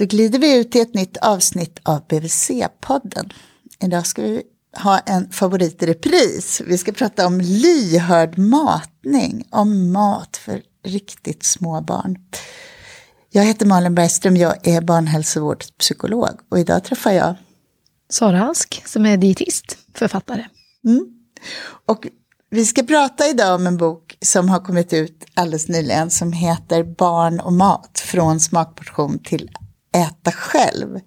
Då glider vi ut i ett nytt avsnitt av BVC-podden. Idag ska vi ha en favorit i repris. Vi ska prata om lyhörd matning, om mat för riktigt små barn. Jag heter Malin Bergström, jag är barnhälsovårdspsykolog och idag träffar jag Sara Ask som är dietist, författare. Och vi ska prata idag om en bok som har kommit ut alldeles nyligen som heter Barn och mat, från smakportion till äta själv.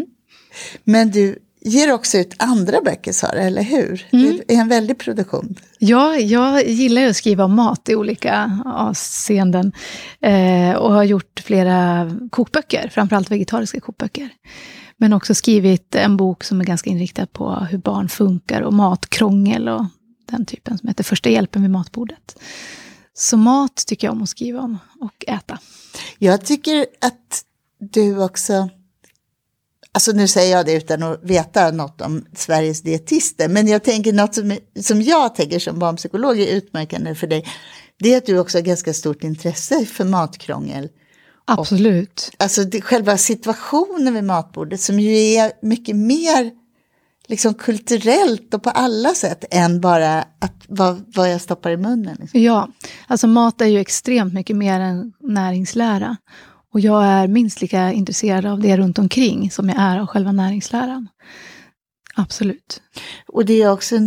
Men du ger också ut andra böcker, Sara, eller hur? Det är en väldig produktion. Ja, jag gillar att skriva om mat i olika avseenden och har gjort flera kokböcker, framförallt vegetariska kokböcker. Men också skrivit en bok som är ganska inriktad på hur barn funkar och matkrångel och den typen som heter Första hjälpen vid matbordet. Så mat tycker jag om att skriva om och äta. Jag tycker att du också, alltså nu säger jag det utan att veta något om Sveriges dietister, men jag tänker något som jag tänker som barnpsykolog är utmärkande för dig, det är att du också har ganska stort intresse för matkrångel. Absolut. Och, alltså själva situationen vid matbordet som ju är mycket mer liksom kulturellt och på alla sätt än bara att vad jag stoppar i munnen. Liksom. Ja, alltså mat är ju extremt mycket mer än näringslära. Och jag är minst lika intresserad av det runt omkring som jag är av själva näringsläran. Absolut. Och det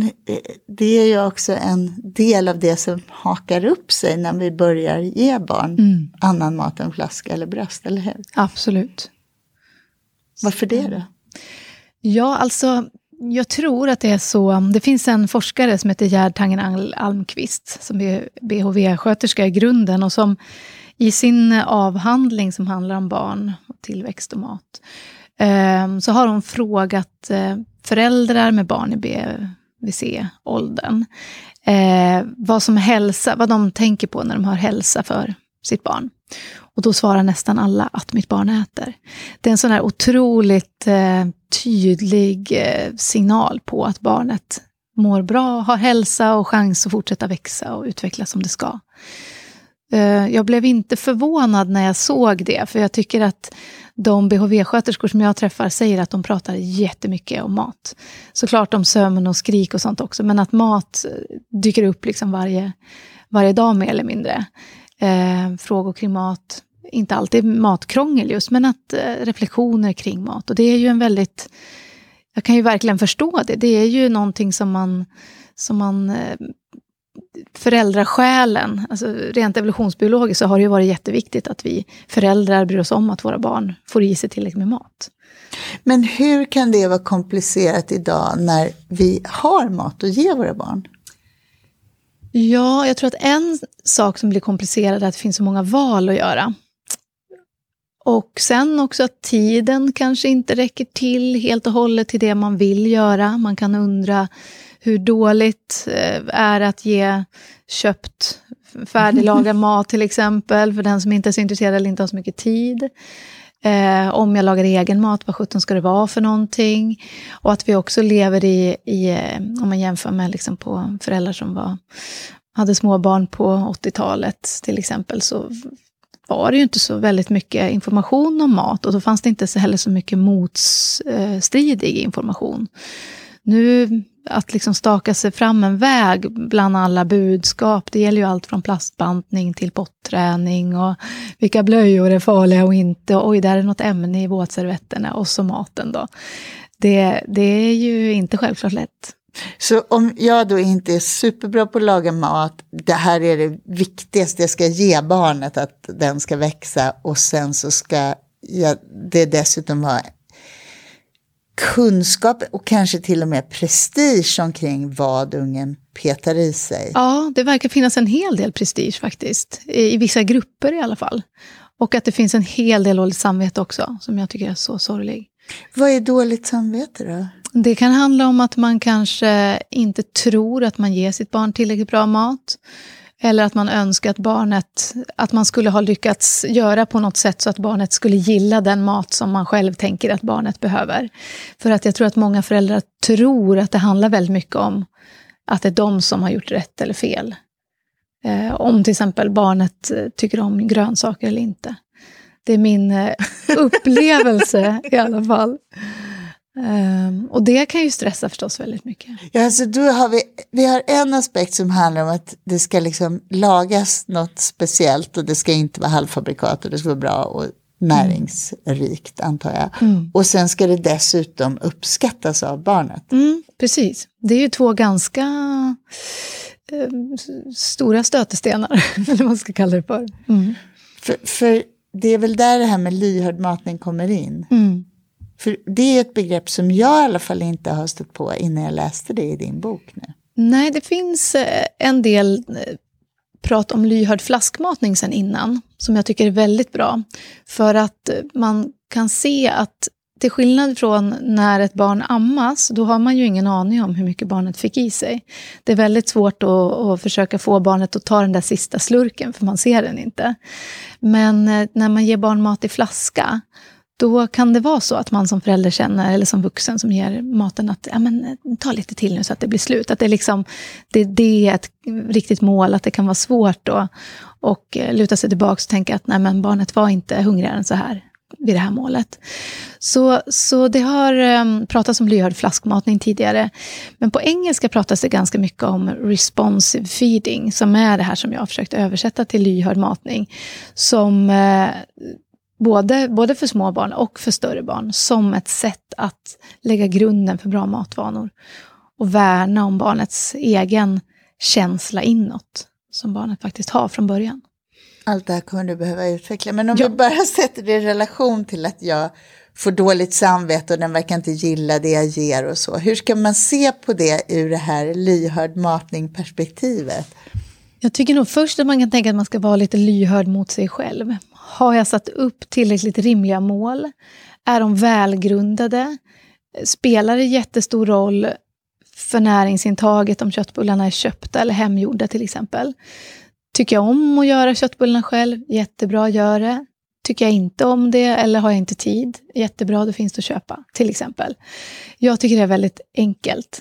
är ju också en del av det som hakar upp sig när vi börjar ge barn annan mat än flaska eller bröst, eller hur? Absolut. Varför det då? Ja, alltså jag tror att det är så. Det finns en forskare som heter Gerd Tangen-Almqvist som är BHV-sköterska i grunden och som i sin avhandling som handlar om barn och tillväxt och mat så har hon frågat föräldrar med barn i BVC-åldern vad de tänker på när de har hälsa för sitt barn. Och då svarar nästan alla att mitt barn äter. Det är en sån här otroligt tydlig signal på att barnet mår bra, har hälsa och chans att fortsätta växa och utvecklas som det ska. Jag blev inte förvånad när jag såg det, för jag tycker att de BHV-sköterskor som jag träffar säger att de pratar jättemycket om mat. Såklart om sömn och skrik och sånt också, men att mat dyker upp liksom varje dag mer eller mindre. Frågor kring mat, inte alltid matkrångel just, men att reflektioner kring mat. Och det är ju jag kan ju verkligen förstå det. Det är ju någonting som man föräldrasjälen, alltså rent evolutionsbiologiskt så har det ju varit jätteviktigt att vi föräldrar bryr oss om att våra barn får i sig tillräckligt med mat. Men hur kan det vara komplicerat idag när vi har mat att ge våra barn? Ja, jag tror att en sak som blir komplicerad är att det finns så många val att göra. Och sen också att tiden kanske inte räcker till helt och hållet till det man vill göra. Man kan undra hur dåligt är att ge köpt färdiglagad mat till exempel för den som inte är så intresserad eller inte har så mycket tid. Om jag lagar egen mat, vad 17 ska det vara för någonting? Och att vi också lever i om man jämför med liksom på föräldrar som hade små barn på 80-talet till exempel, så var det ju inte så väldigt mycket information om mat och då fanns det inte heller så mycket motstridig information. Nu att liksom staka sig fram en väg bland alla budskap, det gäller ju allt från plastbantning till potträning och vilka blöjor är farliga och inte, och oj, där är något ämne i våtservetterna och så maten då. Det är ju inte självklart lätt. Så om jag då inte är superbra på att laga mat, det här är det viktigaste, jag ska ge barnet att den ska växa och sen så ska det dessutom vara kunskap och kanske till och med prestige omkring vad ungen petar i sig. Ja, det verkar finnas en hel del prestige faktiskt, i vissa grupper i alla fall. Och att det finns en hel del dåligt samvete också, som jag tycker är så sorglig. Vad är dåligt samvete då? Det kan handla om att man kanske inte tror att man ger sitt barn tillräckligt bra mat. Eller att man önskar att man skulle ha lyckats göra på något sätt så att barnet skulle gilla den mat som man själv tänker att barnet behöver. För att jag tror att många föräldrar tror att det handlar väldigt mycket om att det är de som har gjort rätt eller fel. Om till exempel barnet tycker om grönsaker eller inte. Det är min upplevelse i alla fall. Och det kan ju stressa förstås väldigt mycket. Ja, alltså då har vi har en aspekt som handlar om att det ska liksom lagas något speciellt och det ska inte vara halvfabrikat och det ska vara bra och näringsrikt, antar jag. Och sen ska det dessutom uppskattas av barnet. Precis. Det är ju 2 ganska stora stötestenar, eller vad man ska kalla det för. För det är väl där det här med lyhörd matning kommer in. För det är ett begrepp som jag i alla fall inte har stött på innan jag läste det i din bok nu. Nej, det finns en del prat om lyhörd flaskmatning sen innan, som jag tycker är väldigt bra. För att man kan se att till skillnad från när ett barn ammas, då har man ju ingen aning om hur mycket barnet fick i sig. Det är väldigt svårt att försöka få barnet att ta den där sista slurken, för man ser den inte. Men när man ger barn mat i flaska, då kan det vara så att man som förälder känner, eller som vuxen som ger maten, att ja, men, ta lite till nu så att det blir slut. Att det, liksom, det är ett riktigt mål, att det kan vara svårt då, och luta sig tillbaka och tänka att nej, men barnet var inte hungrigare än så här vid det här målet. Så det har pratats om lyhörd flaskmatning tidigare. Men på engelska pratas det ganska mycket om responsive feeding, som är det här som jag har försökt översätta till lyhörd matning. Som både för små barn och för större barn, som ett sätt att lägga grunden för bra matvanor. Och värna om barnets egen känsla inåt, som barnet faktiskt har från början. Allt det här kommer du behöva utveckla. Men om vi bara sätter det i relation till att jag får dåligt samvete och den verkar inte gilla det jag ger och så. Hur ska man se på det ur det här lyhörd matning-perspektivet? Jag tycker nog först att man kan tänka att man ska vara lite lyhörd mot sig själv. Har jag satt upp tillräckligt rimliga mål? Är de välgrundade? Spelar det jättestor roll för näringsintaget om köttbullarna är köpta eller hemgjorda till exempel? Tycker jag om att göra köttbullarna själv? Jättebra, gör det. Tycker jag inte om det eller har jag inte tid? Jättebra, då finns det att köpa till exempel. Jag tycker det är väldigt enkelt.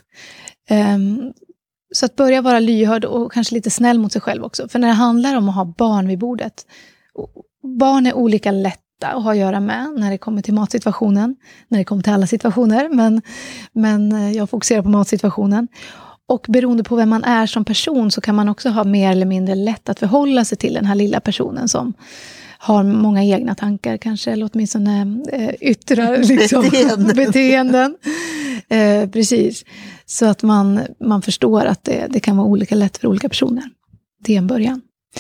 Så att börja vara lyhörd och kanske lite snäll mot sig själv också. För när det handlar om att ha barn vid bordet. Barn är olika lätta att ha att göra med när det kommer till matsituationen. När det kommer till alla situationer. Men jag fokuserar på matsituationen. Och beroende på vem man är som person så kan man också ha mer eller mindre lätt att förhålla sig till den här lilla personen har många egna tankar kanske, eller åtminstone yttrar liksom, beteenden. Precis. Så att man förstår att det kan vara olika lätt för olika personer. Det är en början.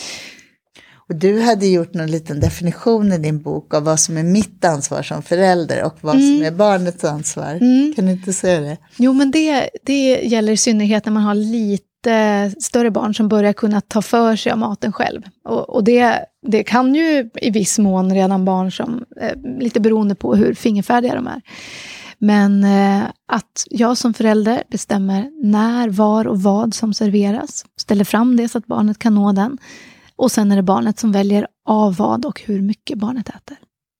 Och du hade gjort någon liten definition i din bok av vad som är mitt ansvar som förälder och vad som är barnets ansvar. Kan du inte säga det? Jo, men det gäller i synnerhet när man har lite större barn som börjar kunna ta för sig av maten själv. Och det kan ju i viss mån redan barn som, lite beroende på hur fingerfärdiga de är. Men att jag som förälder bestämmer när, var och vad som serveras. Ställer fram det så att barnet kan nå den. Och sen är det barnet som väljer av vad och hur mycket barnet äter.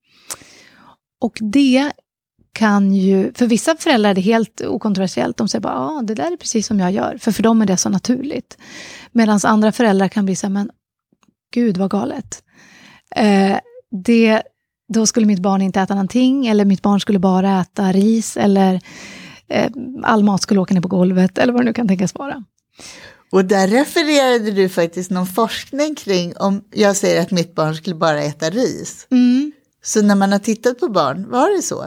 Och det kan ju, för vissa föräldrar är det helt okontroversiellt. De säger bara, det där är precis som jag gör. För dem är det så naturligt. Medan andra föräldrar kan bli så här, men gud vad galet. Då skulle mitt barn inte äta någonting. Eller mitt barn skulle bara äta ris. Eller all mat skulle åka ner på golvet. Eller vad det nu kan tänkas vara. Och där refererade du faktiskt någon forskning kring om jag säger att mitt barn skulle bara äta ris. Så när man har tittat på barn, var det så?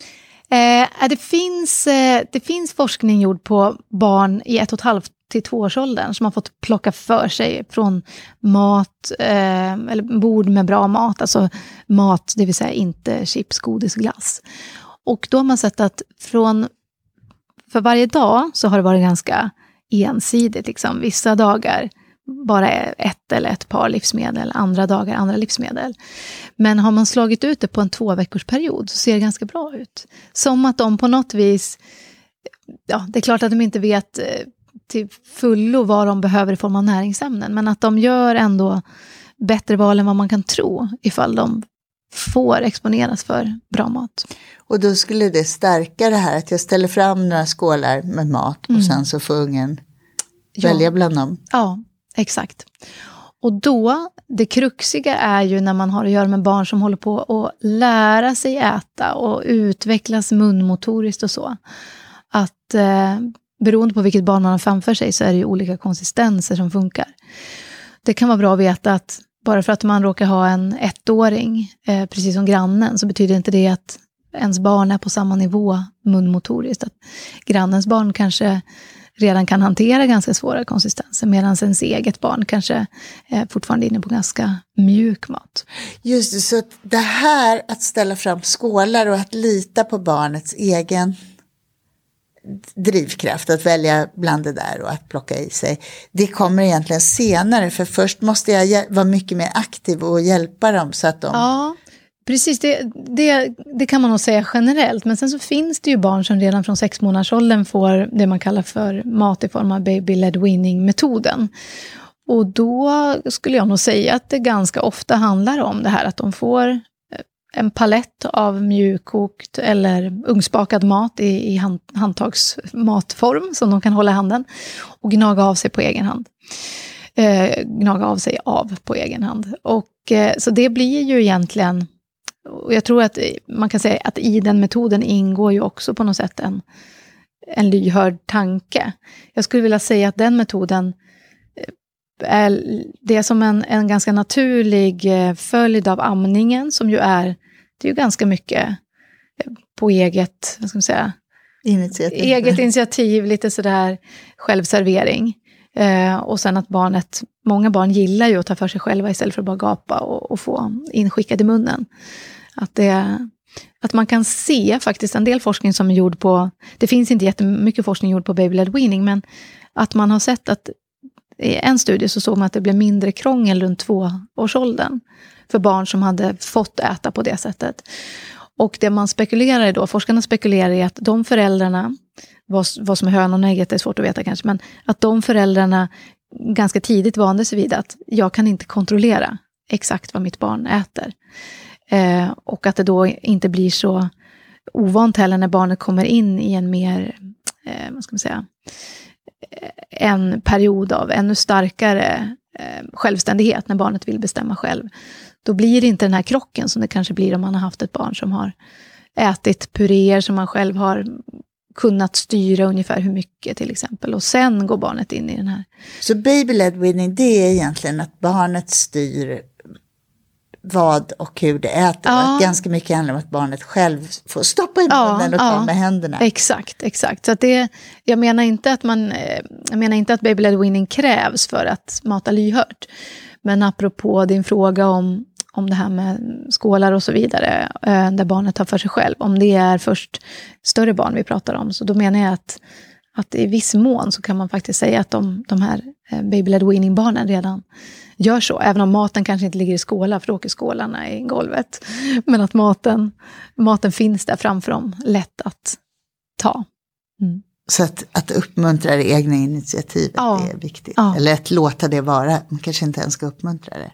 Det finns forskning gjord på barn i 1,5 till 2-årsåldern som har fått plocka för sig från mat eller bord med bra mat. Alltså mat, det vill säga inte chips, godis, glass. Och då har man sett att för varje dag så har det varit ganska ensidigt. Liksom. Vissa dagar bara ett eller ett par livsmedel, andra dagar andra livsmedel. Men har man slagit ut det på en 2-veckorsperiod så ser det ganska bra ut. Som att de på något vis, det är klart att de inte vet till fullo vad de behöver i form av näringsämnen, men att de gör ändå bättre val än vad man kan tro ifall de får exponeras för bra mat. Och då skulle det stärka det här att jag ställer fram några skålar med mat och sen så får ungen välja bland dem. Ja, exakt. Och då, det kruxiga är ju när man har att göra med barn som håller på att lära sig äta och utvecklas munmotoriskt och så. Att beroende på vilket barn man har framför sig så är det ju olika konsistenser som funkar. Det kan vara bra att veta att bara för att man råkar ha en 1-åring, precis som grannen, så betyder inte det att ens barn är på samma nivå munmotoriskt. Att grannens barn kanske redan kan hantera ganska svåra konsistenser, medan ens eget barn kanske är fortfarande inne på ganska mjuk mat. Just det, så att det här att ställa fram skålar och att lita på barnets egen drivkraft att välja bland det där och att plocka i sig, det kommer egentligen senare, för först måste jag vara mycket mer aktiv och hjälpa dem så att de... Ja, precis, det kan man nog säga generellt, men sen så finns det ju barn som redan från 6-månadersåldern får det man kallar för mat i form av baby-led weaning-metoden. Och då skulle jag nog säga att det ganska ofta handlar om det här att de får en palett av mjukkokt eller ugnsbakad mat i handtagsmatform som de kan hålla i handen och gnaga av sig på egen hand. På egen hand. Och så det blir ju egentligen, och jag tror att man kan säga att i den metoden ingår ju också på något sätt en lyhörd tanke. Jag skulle vilja säga att den metoden det är som en ganska naturlig följd av amningen, som ju det är ju ganska mycket på eget, vad ska man säga, eget initiativ, lite sådär självservering. Och sen att många barn gillar ju att ta för sig själva istället för att bara gapa och få inskickad i munnen. Att man kan se faktiskt en del forskning som är gjord på, det finns inte jättemycket forskning gjord på baby-led weaning, men att man har sett att i en studie så såg man att det blev mindre krångel runt 2-årsåldern för barn som hade fått äta på det sättet. Och det man spekulerar i då, forskarna spekulerar i att de föräldrarna, vad som är hönan och ägget är svårt att veta kanske, men att de föräldrarna ganska tidigt vande sig vid att jag kan inte kontrollera exakt vad mitt barn äter. Och att det då inte blir så ovant heller när barnet kommer in i en mer, vad ska man säga, en period av ännu starkare självständighet när barnet vill bestämma själv. Då blir det inte den här krocken som det kanske blir om man har haft ett barn som har ätit puréer som man själv har kunnat styra ungefär hur mycket till exempel. Och sen går barnet in i den här. Så baby-led weaning, det är egentligen att barnet styr vad och hur det äter. Ja. Ganska mycket handlar om att barnet själv får stoppa i munnen och ta med händerna. Exakt. Så att jag menar inte att baby-led weaning krävs för att mata lyhört. Men apropå din fråga om det här med skålar och så vidare, där barnet tar för sig själv. Om det är först större barn vi pratar om, så då menar jag att i viss mån så kan man faktiskt säga att de här baby-led weaning-barnen redan gör så. Även om maten kanske inte ligger i skålar, för då åker skålarna i golvet. Men att maten finns där framför dem, lätt att ta. Mm. Så att uppmuntra det egna initiativet är viktigt. Ja. Eller att låta det vara. Man kanske inte ens ska uppmuntra det.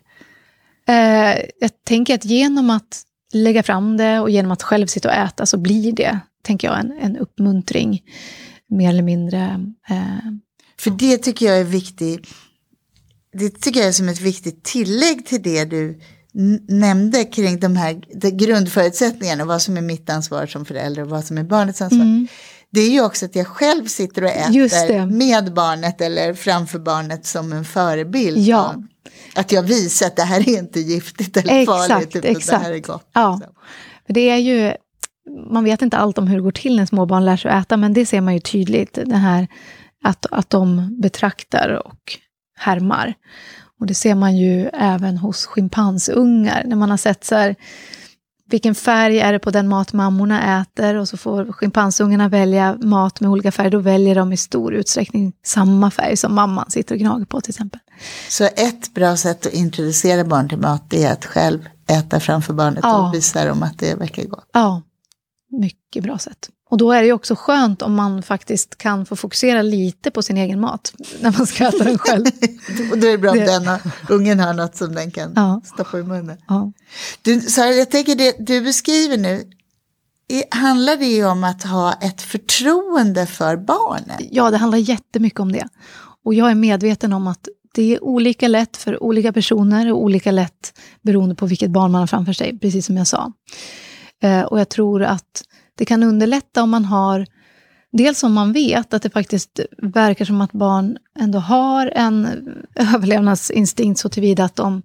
Jag tänker att genom att lägga fram det och genom att själv sitta och äta så blir det, tänker jag, en uppmuntring mer eller mindre. För det tycker jag är viktigt. Det tycker jag är som ett viktigt tillägg till det du nämnde kring de grundförutsättningarna, vad som är mitt ansvar som förälder och vad som är barnets ansvar. Mm. Det är ju också att jag själv sitter och äter med barnet eller framför barnet som en förebild. Ja. Att jag visar att det här är inte giftigt eller farligt, utan det här är gott. Ja. Det är ju, man vet inte allt om hur det går till när småbarn lär sig att äta, men det ser man ju tydligt, det här att de betraktar och härmar. Och det ser man ju även hos schimpansungar, när man har sett så här, vilken färg är det på den mat mammorna äter, och så får schimpansungarna välja mat med olika färger, då väljer de i stor utsträckning samma färg som mamman sitter och gnager på till exempel. Så ett bra sätt att introducera barn till mat är att själv äta framför barnet och visa dem att det verkar gott. Ja, mycket bra sätt. Och då är det ju också skönt om man faktiskt kan få fokusera lite på sin egen mat när man ska äta den själv. Och då är det bra om ungen har något som den kan stoppa i munnen. Ja. Sara, jag tänker det du beskriver nu, handlar det ju om att ha ett förtroende för barnen? Ja, det handlar jättemycket om det. Och jag är medveten om att det är olika lätt för olika personer och olika lätt beroende på vilket barn man har framför sig, precis som jag sa. Och jag tror att det kan underlätta om man har, dels om man vet att det faktiskt verkar som att barn ändå har en överlevnadsinstinkt så tillvida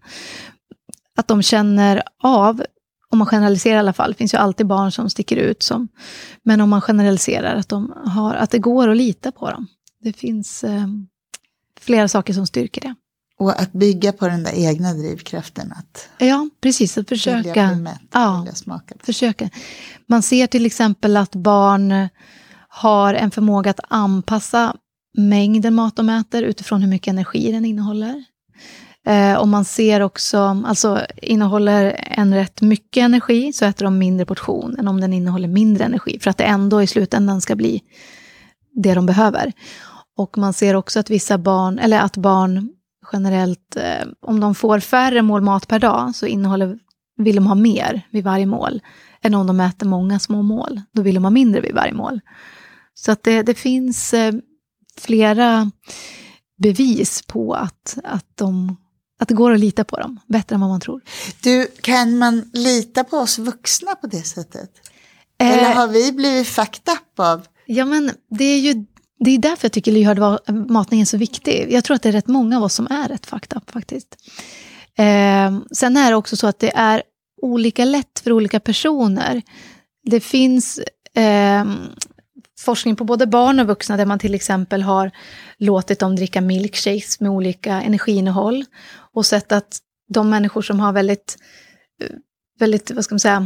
att de känner av, om man generaliserar i alla fall, det finns ju alltid barn som sticker ut, men om man generaliserar att det går att lita på dem. Det finns flera saker som styrker det. Och att bygga på den där egna drivkraften. Ja, precis. Att försöka. Försöka. Man ser till exempel att barn har en förmåga att anpassa mängden mat de äter utifrån hur mycket energi den innehåller. Och man ser också, alltså innehåller en rätt mycket energi så äter de mindre portion än om den innehåller mindre energi. För att det ändå i slutändan ska bli det de behöver. Och man ser också att att barn generellt, om de får färre mål mat per dag så vill de ha mer vid varje mål. Än om de äter många små mål. Då vill de ha mindre vid varje mål. Så att det finns flera bevis på att det går att lita på dem. Bättre än vad man tror. Kan man lita på oss vuxna på det sättet? Eller har vi blivit fucked up av? Ja, men det är därför jag tycker lyhörd matning är så viktig. Jag tror att det är rätt många av oss som är rätt fucked up faktiskt. Sen är det också så att det är olika lätt för olika personer. Det finns forskning på både barn och vuxna där man till exempel har låtit dem dricka milkshakes med olika energiinnehåll och sett att de människor som har väldigt vad ska man säga,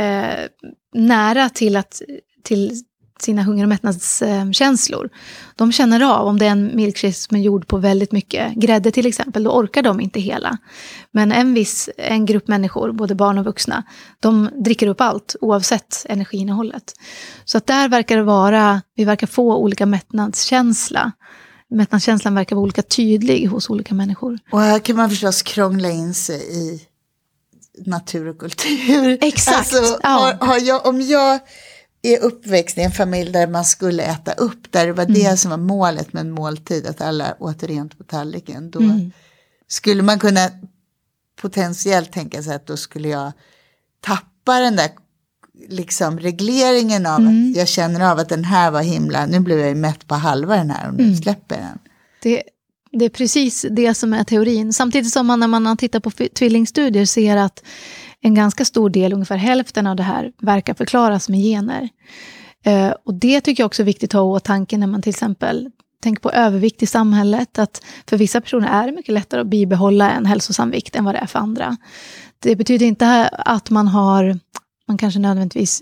nära till sina hunger- och mättnadskänslor. De känner av om det är en milkshake som är gjord på väldigt mycket grädde till exempel, då orkar de inte hela. Men en grupp människor, både barn och vuxna, de dricker upp allt oavsett energiinnehållet. Så att där verkar det vi verkar få olika mättnadskänsla. Mättnadskänslan verkar vara olika tydlig hos olika människor. Och här kan man förstås krångla in sig i natur och kultur. Exakt. Alltså, om jag är uppväxt i en familj där man skulle äta upp, där det var det som var målet med en måltid, att alla åt rent på tallriken, då skulle man kunna potentiellt tänka sig att då skulle jag tappa den där liksom regleringen av att jag känner av att den här var himla, nu blev jag ju mätt på halva den här och nu släpper den. Det är precis det som är teorin. Samtidigt som man när man tittar på tvillingstudier ser att en ganska stor del, ungefär hälften av det här, verkar förklaras med gener. Och det tycker jag också är viktigt att ha i åtanke när man till exempel tänker på övervikt i samhället. Att för vissa personer är det mycket lättare att bibehålla en hälsosam vikt än vad det är för andra. Det betyder inte att man kanske nödvändigtvis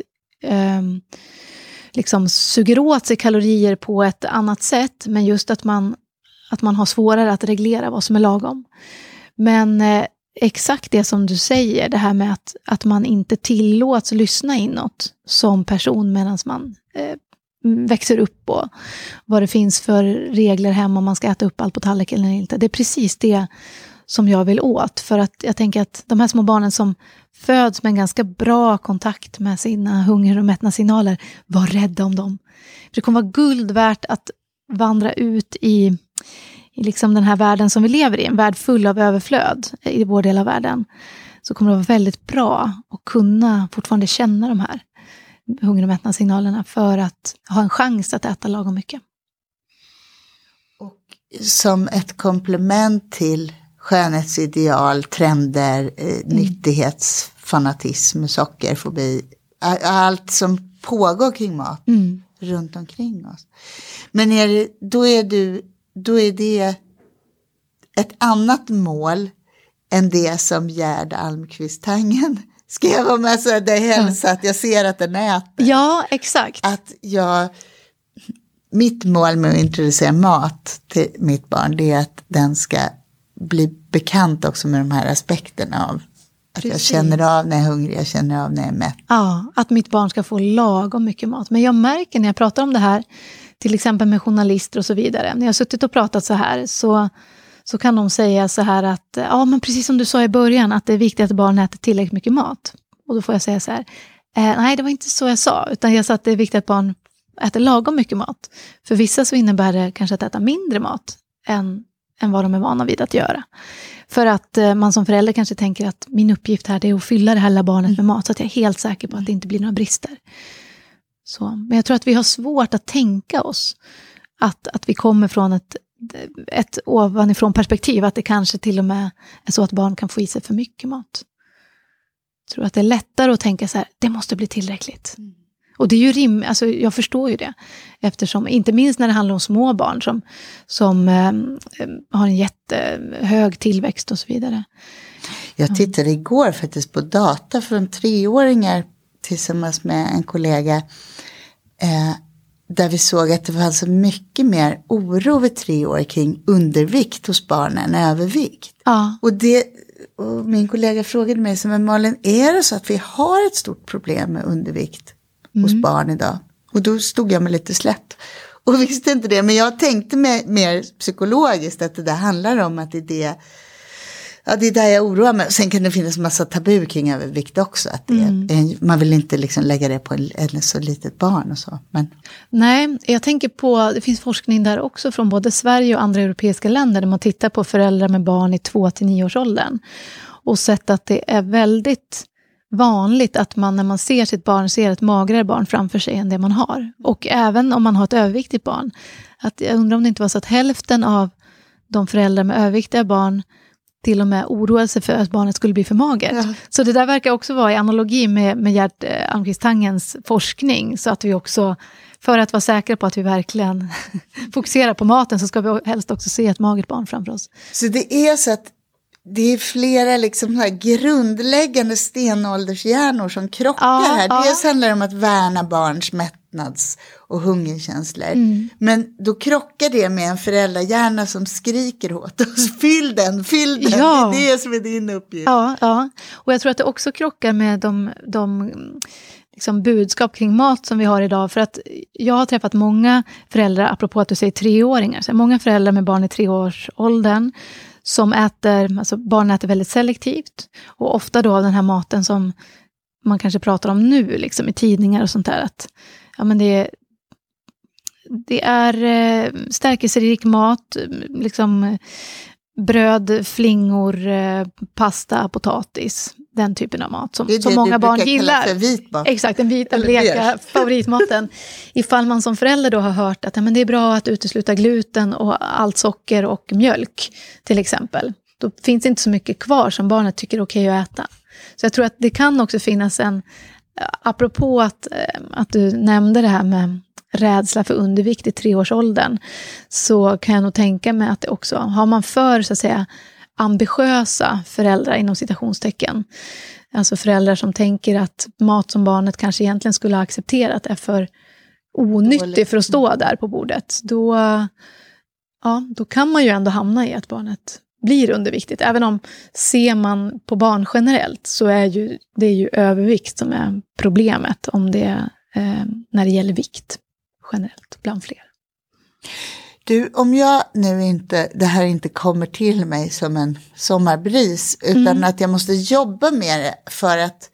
liksom suger åt sig kalorier på ett annat sätt. Men just att man har svårare att reglera vad som är lagom. Men exakt det som du säger, det här med att man inte tillåts lyssna inåt som person medan man växer upp och vad det finns för regler hemma om man ska äta upp allt på tallriken eller inte. Det är precis det som jag vill åt. För att jag tänker att de här små barnen som föds med en ganska bra kontakt med sina hunger- och mättnadssignaler, var rädda om dem. För det kommer vara guld värt att vandra ut i liksom den här världen som vi lever i, en värld full av överflöd i vår del av världen, så kommer det vara väldigt bra att kunna fortfarande känna de här hunger- och mättnadssignalerna för att ha en chans att äta lagom mycket. Och som ett komplement till skönhetsideal, trender, nyttighetsfanatism, sockerfobi, allt som pågår kring mat runt omkring oss. Men då är det ett annat mål än det som Gerd Almqvist-Tangen skrev om. Alltså det är hälsa, att jag ser att den äter. Ja, exakt. Att mitt mål med att introducera mat till mitt barn, det är att den ska bli bekant också med de här aspekterna av att jag känner av när jag är hungrig, jag känner av när jag är mätt. Ja, att mitt barn ska få lagom mycket mat. Men jag märker när jag pratar om det här, till exempel med journalister och så vidare. När jag har suttit och pratat så här så kan de säga så här att, ja men precis som du sa i början, att det är viktigt att barn äter tillräckligt mycket mat. Och då får jag säga så här, nej det var inte så jag sa, utan jag sa att det är viktigt att barn äter lagom mycket mat. För vissa så innebär det kanske att äta mindre mat än än vad de är vana vid att göra. För att man som förälder kanske tänker att min uppgift här är att fylla det här lilla barnet med mat, så att jag är helt säker på att det inte blir några brister. Så, men jag tror att vi har svårt att tänka oss att vi kommer från ett ovanifrån perspektiv, att det kanske till och med är så att barn kan få i sig för mycket mat. Jag tror att det är lättare att tänka så här, det måste bli tillräckligt. Och det är ju alltså jag förstår ju det. Eftersom, inte minst när det handlar om små barn som har en jättehög tillväxt och så vidare. Jag tittade igår faktiskt på data från 3-åringar tillsammans med en kollega. Där vi såg att det fanns så mycket mer oro vid 3 år kring undervikt hos barnen än övervikt. Ja. Och min kollega frågade mig, men Malin, är det så att vi har ett stort problem med undervikt hos barn idag? Och då stod jag med lite slätt och visste inte det. Men jag tänkte mer psykologiskt att det där handlar om att det är där jag oroar mig. Sen kan det finnas en massa tabu kring övervikt också. Att man vill inte liksom lägga det på en så litet barn och så. Men. Nej, jag tänker på, det finns forskning där också från både Sverige och andra europeiska länder. Där man tittar på föräldrar med barn i 2-9-årsåldern. Och sett att det är väldigt vanligt att man när man ser sitt barn ser ett magrare barn framför sig än det man har. Och även om man har ett överviktigt barn. Att jag undrar om det inte var så att hälften av de föräldrar med överviktiga barn till och med oroade sig för att barnet skulle bli för magert. Ja. Så det där verkar också vara i analogi med Gerd Almqvist Tangens forskning. Så att vi också, för att vara säkra på att vi verkligen fokuserar på maten, så ska vi helst också se ett magert barn framför oss. Så det är så att det är flera liksom här grundläggande stenåldershjärnor som krockar här. Dels handlar det om att värna barns mättnads- och hungerkänslor. Men då krockar det med en föräldrahjärna som skriker åt oss. Fyll den. Ja. Det är det som är din uppgift. Ja. Och jag tror att det också krockar med de liksom budskap kring mat som vi har idag. För att jag har träffat många föräldrar, apropå att du säger 3-åringar. Så många föräldrar med barn i 3-årsåldern som barn äter väldigt selektivt. Och ofta då av den här maten som man kanske pratar om nu liksom i tidningar och sånt där. Att men det är stärkelserik mat, liksom bröd, flingor, pasta, potatis. Den typen av mat som många barn gillar. För vit mat. Exakt, den vita, bleka favoritmaten. Ifall man som förälder då har hört att det är bra att utesluta gluten och allt socker och mjölk till exempel. Då finns inte så mycket kvar som barnet tycker är okej att äta. Så jag tror att det kan också finnas apropå att du nämnde det här med rädsla för undervikt i 3-årsåldern, så kan jag nog tänka mig att det också, har man för så att säga ambitiösa föräldrar inom citationstecken, alltså föräldrar som tänker att mat som barnet kanske egentligen skulle ha accepterat är för onyttig för att stå där på bordet, då kan man ju ändå hamna i att barnet blir underviktigt. Även om ser man på barn generellt så är det är ju övervikt som är problemet om det när det gäller vikt generellt bland fler. Du, om jag nu det här inte kommer till mig som en sommarbris, utan att jag måste jobba med det för att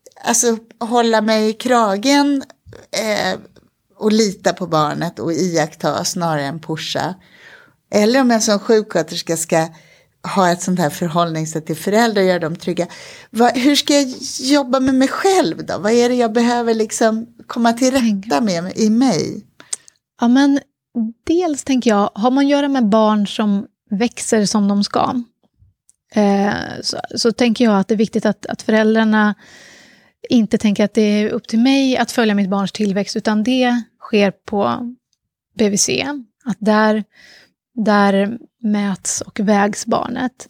hålla mig i kragen och lita på barnet och iaktta snarare än pusha. Eller om jag som sjuksköterska ska ha ett sånt här förhållningssätt till föräldrar och göra dem trygga. Hur ska jag jobba med mig själv då? Vad är det jag behöver liksom komma till rätta med i mig? Ja, men dels tänker jag, har man att göra med barn som växer som de ska, så tänker jag att det är viktigt att föräldrarna inte tänker att det är upp till mig att följa mitt barns tillväxt, utan det sker på BVC. Att där mäts och vägs barnet.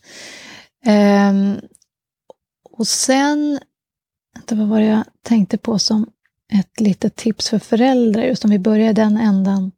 Och sen, vad var det jag tänkte på som ett litet tips för föräldrar, just om vi börjar den ändan.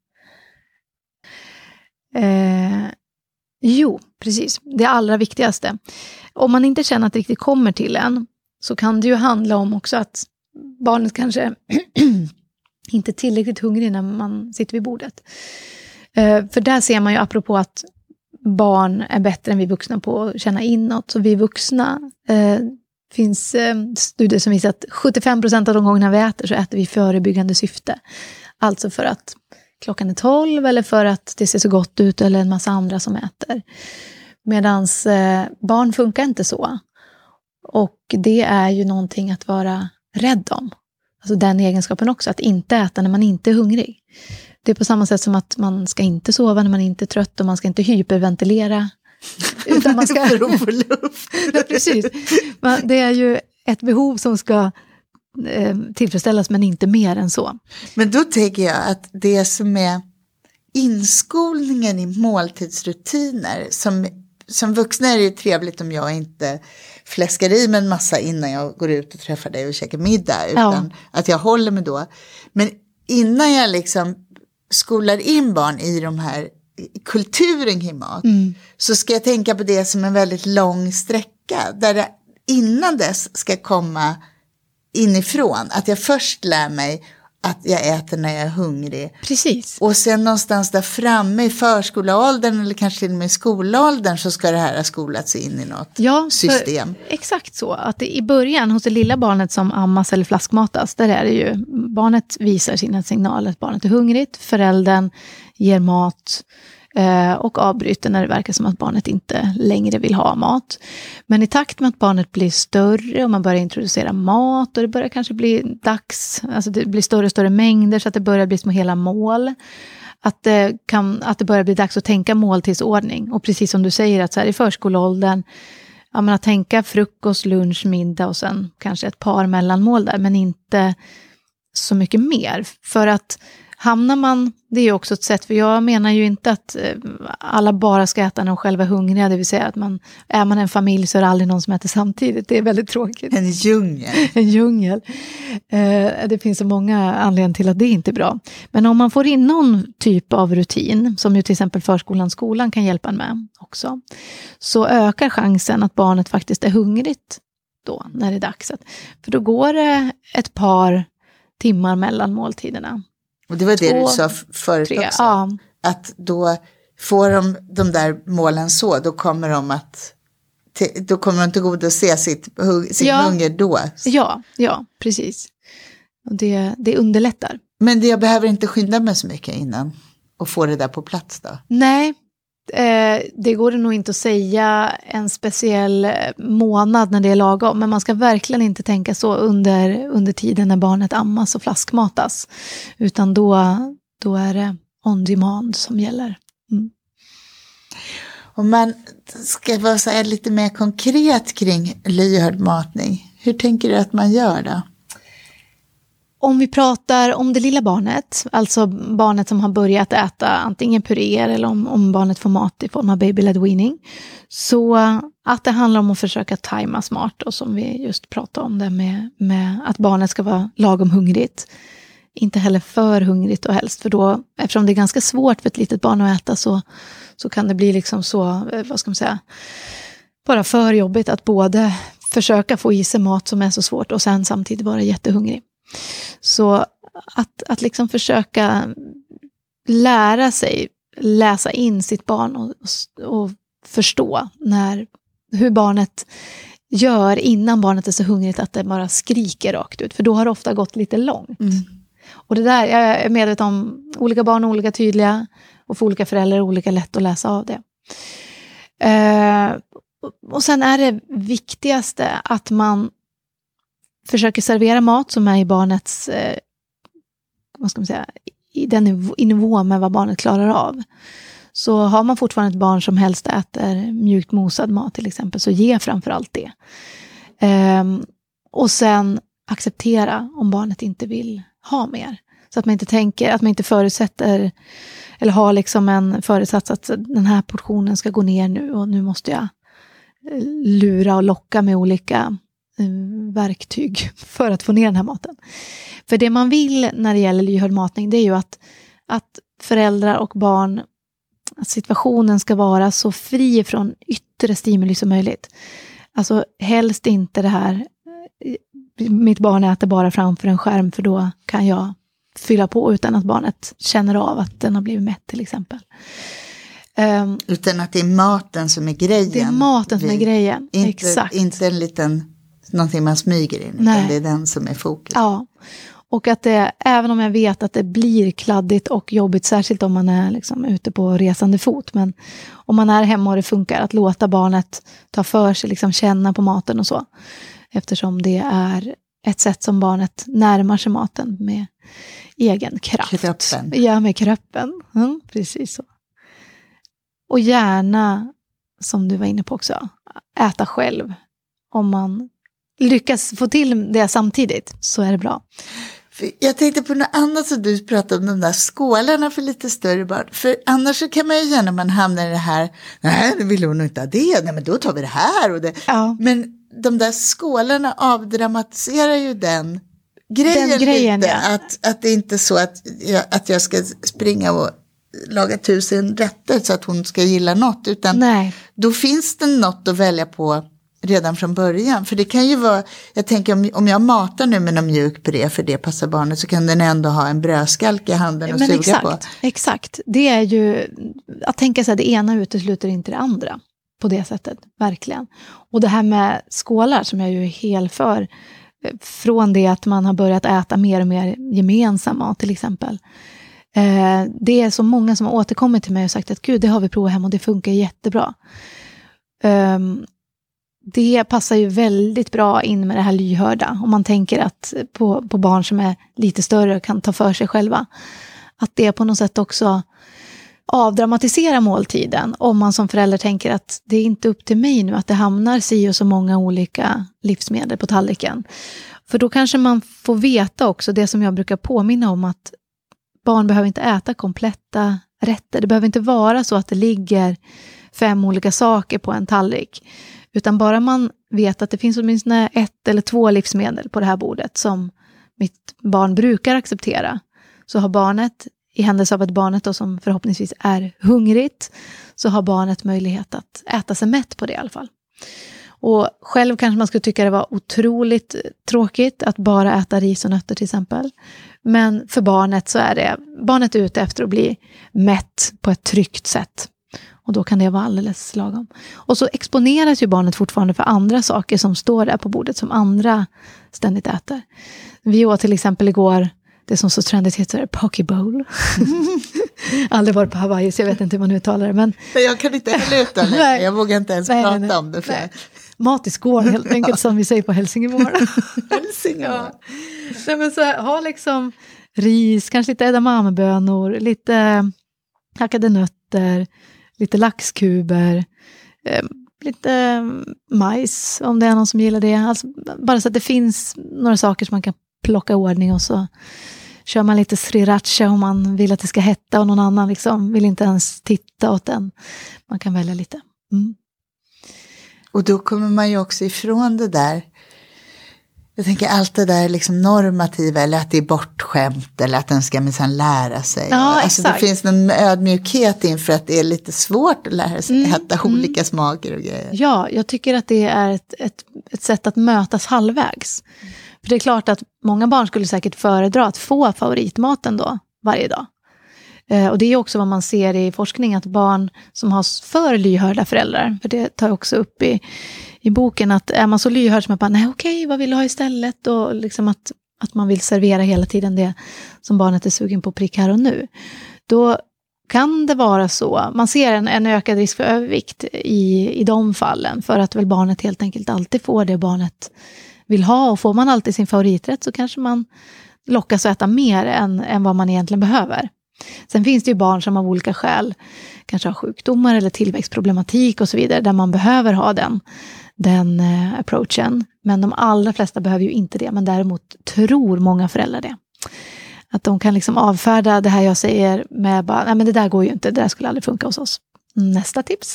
Precis. Det allra viktigaste. Om man inte känner att det riktigt kommer till en, så kan det ju handla om också att barnet kanske inte är tillräckligt hungrig när man sitter vid bordet. För där ser man ju, apropå att barn är bättre än vi vuxna på att känna inåt. Så vi vuxna, finns studier som visar att 75% av de gångerna vi äter så äter vi förebyggande syfte. Alltså för att klockan är 12 eller för att det ser så gott ut eller en massa andra som äter. Medans barn funkar inte så. Och det är ju någonting att vara rädd om. Alltså den egenskapen också, att inte äta när man inte är hungrig. Det är på samma sätt som att man ska inte sova när man inte är trött och man ska inte hyperventilera. Utan man ska... Ja, precis. Det är ju ett behov som ska tillfredsställas men inte mer än så. Men då tänker jag att det som är inskolningen i måltidsrutiner, som vuxna är det ju trevligt om jag inte fläskar i mig en massa innan jag går ut och träffar dig och käkar middag, utan att jag håller mig då. Men innan jag liksom skolar in barn i de här kulturen kring mat, så ska jag tänka på det som en väldigt lång sträcka, där det innan dess ska komma inifrån. Att jag först lär mig att jag äter när jag är hungrig. Precis. Och sen någonstans där framme i förskoleåldern eller kanske till och med i skolåldern så ska det här ha skolats in i något system. Exakt så. Att i början hos det lilla barnet som ammas eller flaskmatas, där är det ju, barnet visar sina signaler att barnet är hungrigt. Föräldern ger mat och avbryter när det verkar som att barnet inte längre vill ha mat. Men i takt med att barnet blir större och man börjar introducera mat och det börjar kanske bli dags, alltså det blir större och större mängder så att det börjar bli små hela mål. Att det börjar bli dags att tänka måltidsordning. Och precis som du säger att så här i förskoleåldern, att tänka frukost, lunch, middag och sen kanske ett par mellanmål där, men inte så mycket mer. För att hamnar man, det är ju också ett sätt, för jag menar ju inte att alla bara ska äta när de själva är hungriga, det vill säga att är man en familj så är det aldrig någon som äter samtidigt, det är väldigt tråkigt. En djungel. En djungel. Det finns så många anledningar till att det inte är bra. Men om man får in någon typ av rutin, som ju till exempel förskolan, skolan kan hjälpa en med också, så ökar chansen att barnet faktiskt är hungrigt då, när det är dags. För då går det ett par timmar mellan måltiderna. Och det var det du sa förut också. Ja. Att då får de där målen så, då kommer de till god att se sitt hunger då. Ja, precis. Och det underlättar. Men jag behöver inte skynda mig så mycket innan och få det där på plats då? Nej, det går det nog inte att säga en speciell månad när det är lagom. Men man ska verkligen inte tänka så under tiden när barnet ammas och flaskmatas. Utan då är det on demand som gäller. Om man ska vara så här lite mer konkret kring lyhörd matning, hur tänker du att man gör då? Om vi pratar om det lilla barnet, alltså barnet som har börjat äta antingen puréer eller om barnet får mat i form av baby-led weaning, så att det handlar om att försöka tajma smart, och som vi just pratade om det med att barnet ska vara lagom hungrigt. Inte heller för hungrigt och helst, för då, eftersom det är ganska svårt för ett litet barn att äta, så kan det bli liksom så, vad ska man säga, bara för jobbigt att både försöka få i sig mat som är så svårt och sen samtidigt vara jättehungrig. Så att liksom försöka lära sig läsa in sitt barn och förstå hur barnet gör innan barnet är så hungrigt att det bara skriker rakt ut. För då har det ofta gått lite långt. Och det där, jag är medveten om, olika barn är olika tydliga och för olika föräldrar är olika lätt att läsa av det. Och sen är det viktigaste att man försöker servera mat som är i barnets, vad ska man säga, i nivå med vad barnet klarar av. Så har man fortfarande ett barn som helst äter mjukt mosad mat till exempel, så ge framförallt det. Och sen acceptera om barnet inte vill ha mer. Så att man inte tänker, att man inte förutsätter eller har liksom en föresats att den här portionen ska gå ner nu och nu måste jag lura och locka med olika verktyg för att få ner den här maten. För det man vill när det gäller lyhörd matning, det är ju att föräldrar och barn, att situationen ska vara så fri från yttre stimuli som möjligt. Alltså helst inte det här, mitt barn äter bara framför en skärm för då kan jag fylla på, utan att barnet känner av att den har blivit mätt till exempel. Utan att det är maten som är grejen. Det är maten som är grejen, exakt. Inte en liten, någonting man smyger in, utan det är den som är fokus. Ja, Och att även om jag vet att det blir kladdigt och jobbigt, särskilt om man är liksom ute på resande fot, men om man är hemma och det funkar, att låta barnet ta för sig, liksom känna på maten och så. Eftersom det är ett sätt som barnet närmar sig maten med egen kraft. Kroppen. Ja, med kroppen. Precis så. Och gärna, som du var inne på också, äta själv. Om man lyckas få till det samtidigt så är det bra. Jag tänkte på något annat som du pratade om, de där skålarna för lite större barn. För annars så kan man ju känna, man hamnar i det här, nej, nu vill hon nog inte ha det, nej men då tar vi det här och det. Ja. Men de där skålarna avdramatiserar ju den grejen lite, ja. att det är inte så att jag ska springa och laga 1000 rätter så att hon ska gilla något, utan då finns det något att välja på redan från början. För det kan ju vara, jag tänker om jag matar nu med någon mjuk puré för det passar barnet, så kan den ändå ha en brödskalk i handen och suga på. Exakt, det är ju att tänka sig att det ena utesluter inte det andra på det sättet, verkligen. Och det här med skålar som jag är ju helt för, från det att man har börjat äta mer och mer gemensam mat till exempel. Det är så många som har återkommit till mig och sagt att gud, det har vi provat hem och det funkar jättebra. Det passar ju väldigt bra in med det här lyhörda. Om man tänker att på barn som är lite större och kan ta för sig själva. Att det på något sätt också avdramatisera måltiden. Om man som förälder tänker att det är inte upp till mig nu att det hamnar si och så många olika livsmedel på tallriken. För då kanske man får veta också det som jag brukar påminna om, att barn behöver inte äta kompletta rätter. Det behöver inte vara så att det ligger 5 olika saker på en tallrik. Utan bara man vet att det finns åtminstone 1 eller 2 livsmedel på det här bordet som mitt barn brukar acceptera. Så har barnet, i händelse av att barnet då, som förhoppningsvis är hungrigt, så har barnet möjlighet att äta sig mätt på det i alla fall. Och själv kanske man skulle tycka det var otroligt tråkigt att bara äta ris och nötter till exempel. Men för barnet så är barnet ute efter att bli mätt på ett tryggt sätt. Och då kan det vara alldeles lagom. Och så exponeras ju barnet fortfarande för andra saker som står där på bordet som andra ständigt äter. Vi åt till exempel igår det som så trendigt heter poke bowl. Aldrig varit på Hawaii så jag vet inte hur man uttalar det. Men jag kan inte heller uttala det. Jag vågar inte ens prata om det. För mat i skål helt enkelt som vi säger på Helsingborg. Helsingborg. Ja. Men så ha liksom ris, kanske lite edamamebönor, lite hackade nötter, lite laxkuber, lite majs om det är någon som gillar det. Alltså, bara så att det finns några saker som man kan plocka i ordning, och så kör man lite sriracha om man vill att det ska hetta och någon annan liksom vill inte ens titta åt den. Man kan välja lite. Och då kommer man ju också ifrån det där. Jag tänker allt det där liksom normativa, eller att det är bortskämt, eller att den ska minsann lära sig. Ja, alltså det finns en ödmjukhet inför att det är lite svårt att lära sig äta olika smaker och grejer. Ja, jag tycker att det är ett sätt att mötas halvvägs. För det är klart att många barn skulle säkert föredra att få favoritmaten då varje dag. Och det är också vad man ser i forskning, att barn som har för lyhörda föräldrar, för det tar jag också upp i boken, att är man så lyhörd som att man, nej okej, vad vill du ha istället? Och liksom att man vill servera hela tiden det som barnet är sugen på prick här och nu. Då kan det vara så, man ser en ökad risk för övervikt i de fallen, för att väl barnet helt enkelt alltid får det barnet vill ha, och får man alltid sin favoriträtt så kanske man lockas att äta mer än vad man egentligen behöver. Sen finns det ju barn som av olika skäl kanske har sjukdomar eller tillväxtproblematik och så vidare, där man behöver ha den approachen. Men de allra flesta behöver ju inte det, men däremot tror många föräldrar det. Att de kan liksom avfärda det här jag säger med bara, nej men det där går ju inte, det där skulle aldrig funka hos oss. Nästa tips.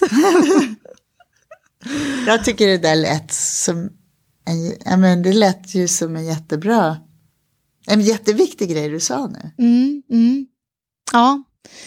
Jag tycker det där lät som det lät ju som en jätteviktig grej du sa nu. Ja,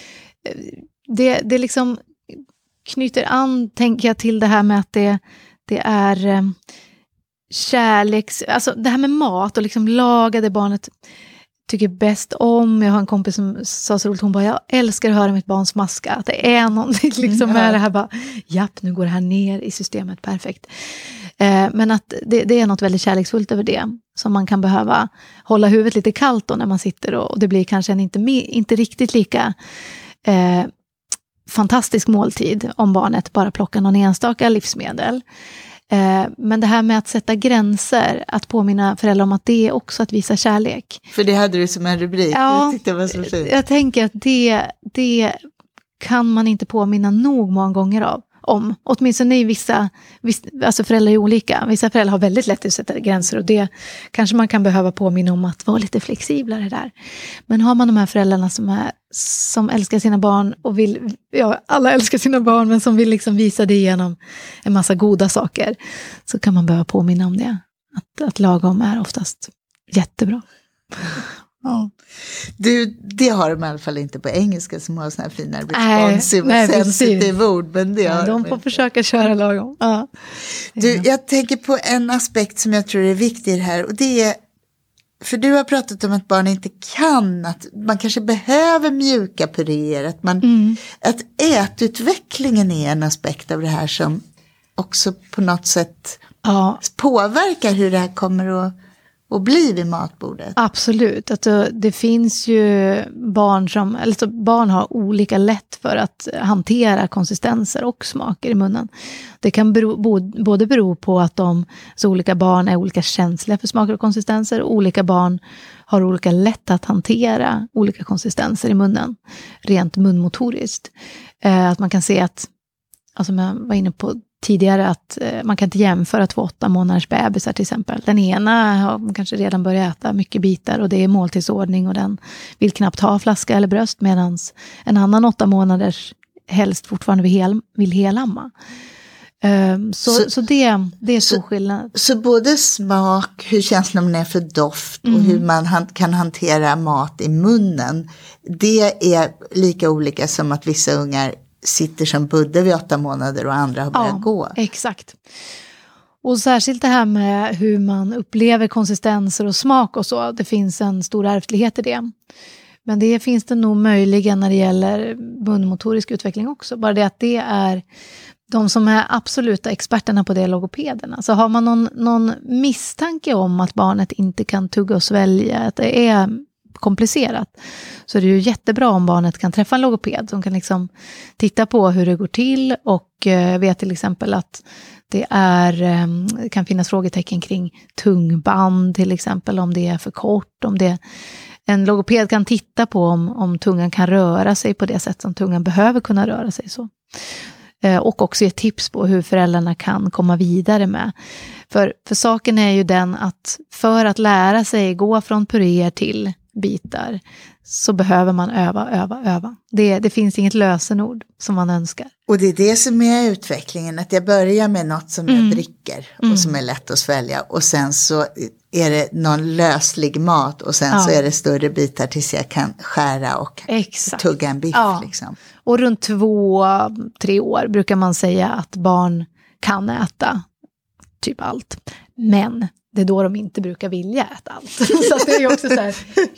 det liksom knyter an, tänker jag, till det här med att det är kärleks... Alltså det här med mat och liksom laga det barnet tycker bäst om. Jag har en kompis som sa så roligt, hon bara, jag älskar att höra mitt barn smaska. Att det är någonting liksom med det här bara, japp, nu går det här ner i systemet, perfekt. Men att det är något väldigt kärleksfullt över det. Som man kan behöva hålla huvudet lite kallt då när man sitter. Och det blir kanske en inte riktigt lika fantastisk måltid om barnet bara plockar någon enstaka livsmedel. Men det här med att sätta gränser, att påminna föräldrar om att det är också att visa kärlek. För det hade du som en rubrik. Ja, jag tyckte det var så fint. Jag tänker att det kan man inte påminna nog många gånger om. Åtminstone i vissa, alltså föräldrar är olika. Vissa föräldrar har väldigt lätt att sätta gränser och det kanske man kan behöva påminna om att vara lite flexiblare där. Men har man de här föräldrarna som älskar sina barn och vill, alla älskar sina barn men som vill liksom visa det genom en massa goda saker, så kan man behöva påminna om det. Att lagom är oftast jättebra. Ja. Det har de i alla fall inte på engelska som har såna här fina responsive och sensitive ord. Men det har de får försöka köra lagom. Ja. Jag tänker på en aspekt som jag tror är viktig här. Och det är, för du har pratat om att barn inte kan, att man kanske behöver mjuka puréer. Att ätutvecklingen är en aspekt av det här som också på något sätt påverkar hur det här kommer att bli vid matbordet. Absolut. Alltså, det finns ju barn har olika lätt för att hantera konsistenser och smaker i munnen. Det kan både bero på att olika barn är olika känsliga för smaker och konsistenser. Och olika barn har olika lätt att hantera olika konsistenser i munnen. Rent munmotoriskt. Att man kan se att, alltså jag var inne på tidigare, att man kan inte jämföra 2 8 månaders bebisar till exempel. Den ena har kanske redan börjat äta mycket bitar och det är måltidsordning och den vill knappt ha flaska eller bröst, medan en annan 8 månaders helst fortfarande vill helamma. Så det är så skillnad. Så både smak, hur känslan är för doft och hur man kan hantera mat i munnen, det är lika olika som att vissa ungar sitter som budde vid 8 månader och andra har börjat gå. Exakt. Och särskilt det här med hur man upplever konsistenser och smak och så. Det finns en stor ärftlighet i det. Men det finns det nog möjligen när det gäller munmotorisk utveckling också. Bara det att det är de som är absoluta experterna på det, logopederna. Så har man någon misstanke om att barnet inte kan tugga och svälja, att det är komplicerat, så är det ju jättebra om barnet kan träffa en logoped som kan liksom titta på hur det går till och vet till exempel att det kan finnas frågetecken kring tungband till exempel, om det är för kort, en logoped kan titta på om tungan kan röra sig på det sätt som tungan behöver kunna röra sig så. Och också ge tips på hur föräldrarna kan komma vidare med. För saken är ju den att för att lära sig gå från puréer till bitar så behöver man öva. Det finns inget lösenord som man önskar. Och det är det som är utvecklingen, att jag börjar med något som jag dricker och som är lätt att svälja och sen så är det någon löslig mat och sen så är det större bitar tills jag kan skära och tugga en biff. Liksom. Och runt 2-3 år brukar man säga att barn kan äta typ allt. Men det är då de inte brukar vilja äta allt. Så att det är ju också så här,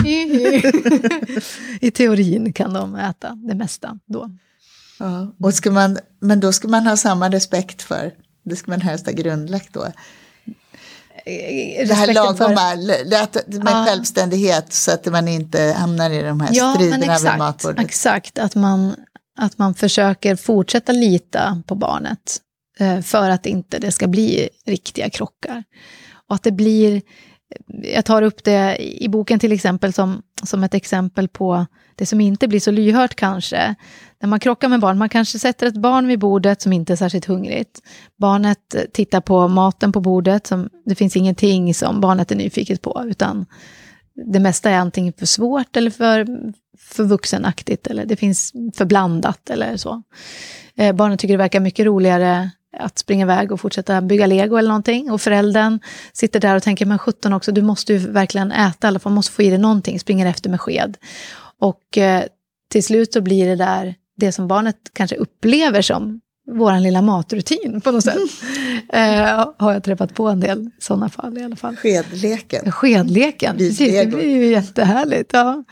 i teorin kan de äta det mesta då. Ja, och men då ska man ha samma respekt för, det ska man helst ha grundlagt då. Det här lagom med självständighet så att man inte hamnar i de här striderna vid matbordet. Exakt, att man försöker fortsätta lita på barnet för att inte det ska bli riktiga krockar. Och att det blir, jag tar upp det i boken till exempel som ett exempel på det som inte blir så lyhört kanske. När man krockar med barn, man kanske sätter ett barn vid bordet som inte är särskilt hungrigt. Barnet tittar på maten på bordet, det finns ingenting som barnet är nyfiket på, utan det mesta är antingen för svårt eller för vuxenaktigt, eller det finns för blandat eller så. Barnet tycker det verkar mycket roligare att springa iväg och fortsätta bygga Lego eller någonting. Och föräldern sitter där och tänker, men 17 också, du måste ju verkligen äta, i alla fall måste få i dig någonting, springer efter med sked. Och till slut så blir det där det som barnet kanske upplever som våran lilla matrutin på något sätt. Har jag träffat på en del sådana fall i alla fall. Skedleken, precis, det blir ju jättehärligt. Ja.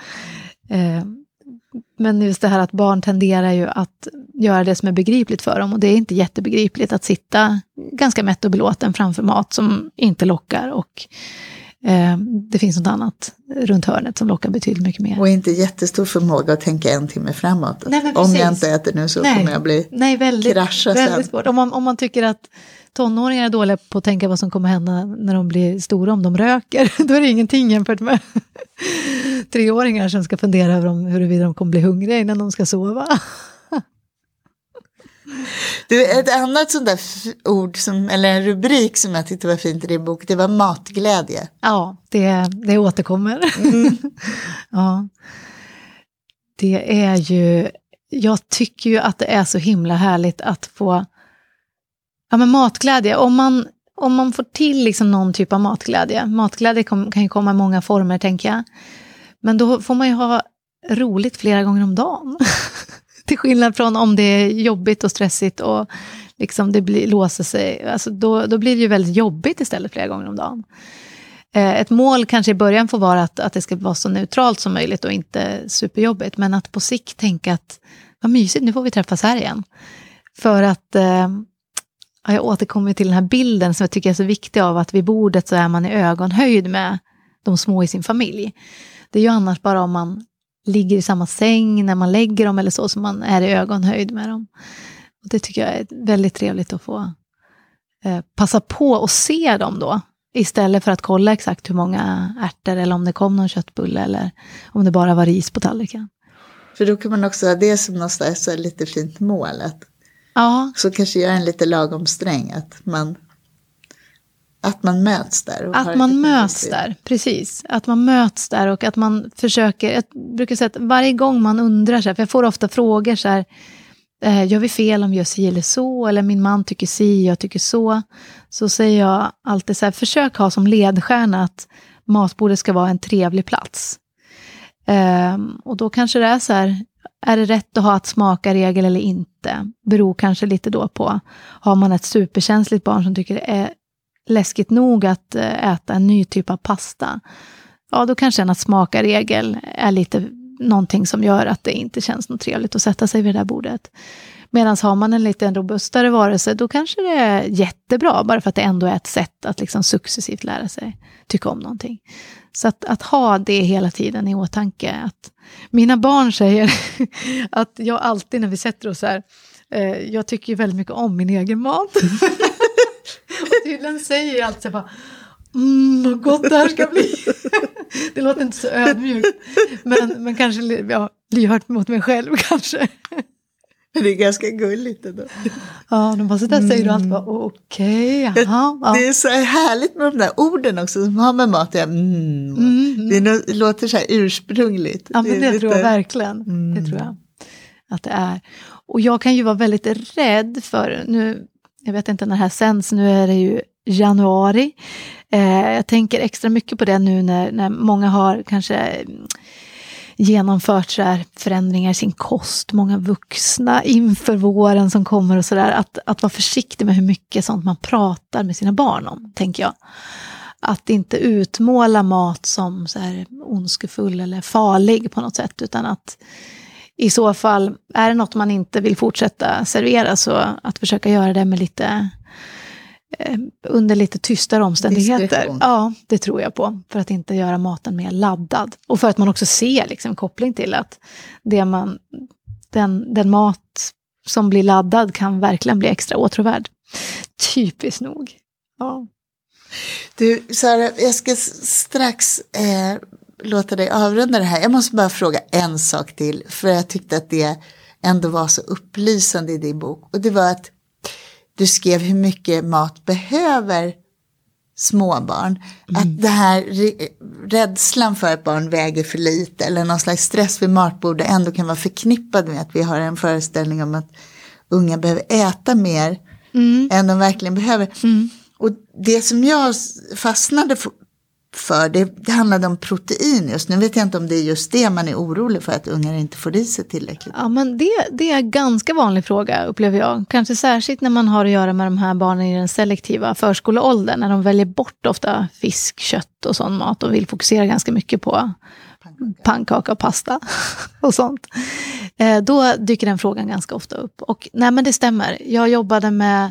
Men just det här att barn tenderar ju att göra det som är begripligt för dem. Och det är inte jättebegripligt att sitta ganska mätt och belåten framför mat som inte lockar, och det finns något annat runt hörnet som lockar betydligt mycket mer. Och inte jättestor förmåga att tänka en timme framåt. Nej, om jag inte äter nu så kommer jag bli krascha sen. Väldigt svårt. Om man tycker att tonåringar är dåliga på att tänka vad som kommer hända när de blir stora, om de röker, då är det ingenting jämfört med 3-åringar som ska fundera över huruvida de kommer bli hungriga innan de ska sova. Du, ett annat sånt där ord eller en rubrik som jag tyckte var fint i din bok, det var matglädje. Ja, det återkommer. Ja. Det är ju, jag tycker ju att det är så himla härligt att få, men matglädje. Om man får till liksom någon typ av matglädje kan ju komma i många former, tänker jag. Men då får man ju ha roligt flera gånger om dagen. Till skillnad från om det är jobbigt och stressigt och liksom det låser sig. Alltså då blir det ju väldigt jobbigt istället flera gånger om dagen. Ett mål kanske i början får vara att det ska vara så neutralt som möjligt och inte superjobbigt. Men att på sikt tänka att vad mysigt, nu får vi träffas här igen. För att jag återkommer till den här bilden som jag tycker är så viktig, av att vid bordet så är man i ögonhöjd med de små i sin familj. Det är ju annars bara om man ligger i samma säng när man lägger dem eller så, som man är i ögonhöjd med dem. Och det tycker jag är väldigt trevligt att få passa på och se dem då. Istället för att kolla exakt hur många ärtor eller om det kom någon köttbulle eller om det bara var ris på tallriken. För då kan man också ha det som någonstans så lite fint mål. Så kanske göra en lite lagom sträng att man möts där. Att man möts där, precis. Att man möts där och att man försöker, jag brukar säga att varje gång man undrar så här, för jag får ofta frågor så här, gör vi fel om vi gör si eller så, eller min man tycker si, jag tycker så säger jag alltid så här, försök ha som ledstjärna att matbordet ska vara en trevlig plats. Och då kanske det är så här, är det rätt att ha ett smaka-regel eller inte? Beror kanske lite då på, har man ett superkänsligt barn som tycker det är läskigt nog att äta en ny typ av pasta, ja då kanske en att smaka-regel är lite någonting som gör att det inte känns något trevligt att sätta sig vid det där bordet. Medan har man en lite robustare varelse, då kanske det är jättebra, bara för att det ändå är ett sätt att liksom successivt lära sig tycka om någonting. Så att ha det hela tiden i åtanke. Att mina barn säger att jag alltid när vi sätter oss här, jag tycker ju väldigt mycket om min egen mat. Och tydligen säger jag alltid bara, vad gott det här ska bli. Det låter inte så ödmjukt. Men kanske lyhört mot mig själv kanske. Det är ganska gulligt ändå. Ja, de bara så där säger du alltid bara, okej, jaha. Det är så härligt med de där orden också som har med mat. Det låter så här ursprungligt. Ja, men det tror jag verkligen. Det tror jag att det är. Och jag kan ju vara väldigt rädd för, nu, jag vet inte när det här sänds, nu är det ju januari. Jag tänker extra mycket på det nu när många har kanske genomfört så här förändringar i sin kost, många vuxna inför våren som kommer och sådär, att vara försiktig med hur mycket sånt man pratar med sina barn om, tänker jag. Att inte utmåla mat som så här ondskefull eller farlig på något sätt, utan att i så fall, är det något man inte vill fortsätta servera, så att försöka göra det med lite under lite tystare omständigheter. Diskretion. Ja, det tror jag på. För att inte göra maten mer laddad. Och för att man också ser liksom koppling till att den mat som blir laddad kan verkligen bli extra åtråvärd. Typiskt nog. Ja. Du, Sara, jag ska strax låta dig avrunda det här. Jag måste bara fråga en sak till. För jag tyckte att det ändå var så upplysande i din bok. Och det var att du skrev hur mycket mat behöver småbarn. Att det här rädslan för att barn väger för lite eller någon slags stress vid matbordet ändå kan vara förknippad med att vi har en föreställning om att unga behöver äta mer än de verkligen behöver. Och det som jag fastnade för, det handlade om protein just. Nu vet jag inte om det är just det man är orolig för, att ungar inte får i sig tillräckligt. Ja, men det är en ganska vanlig fråga, upplever jag. Kanske särskilt när man har att göra med de här barnen i den selektiva förskoleåldern, när de väljer bort ofta fisk, kött och sån mat och vill fokusera ganska mycket på pannkaka och pasta och sånt. Då dyker den frågan ganska ofta upp. Och nej, men det stämmer. Jag jobbade med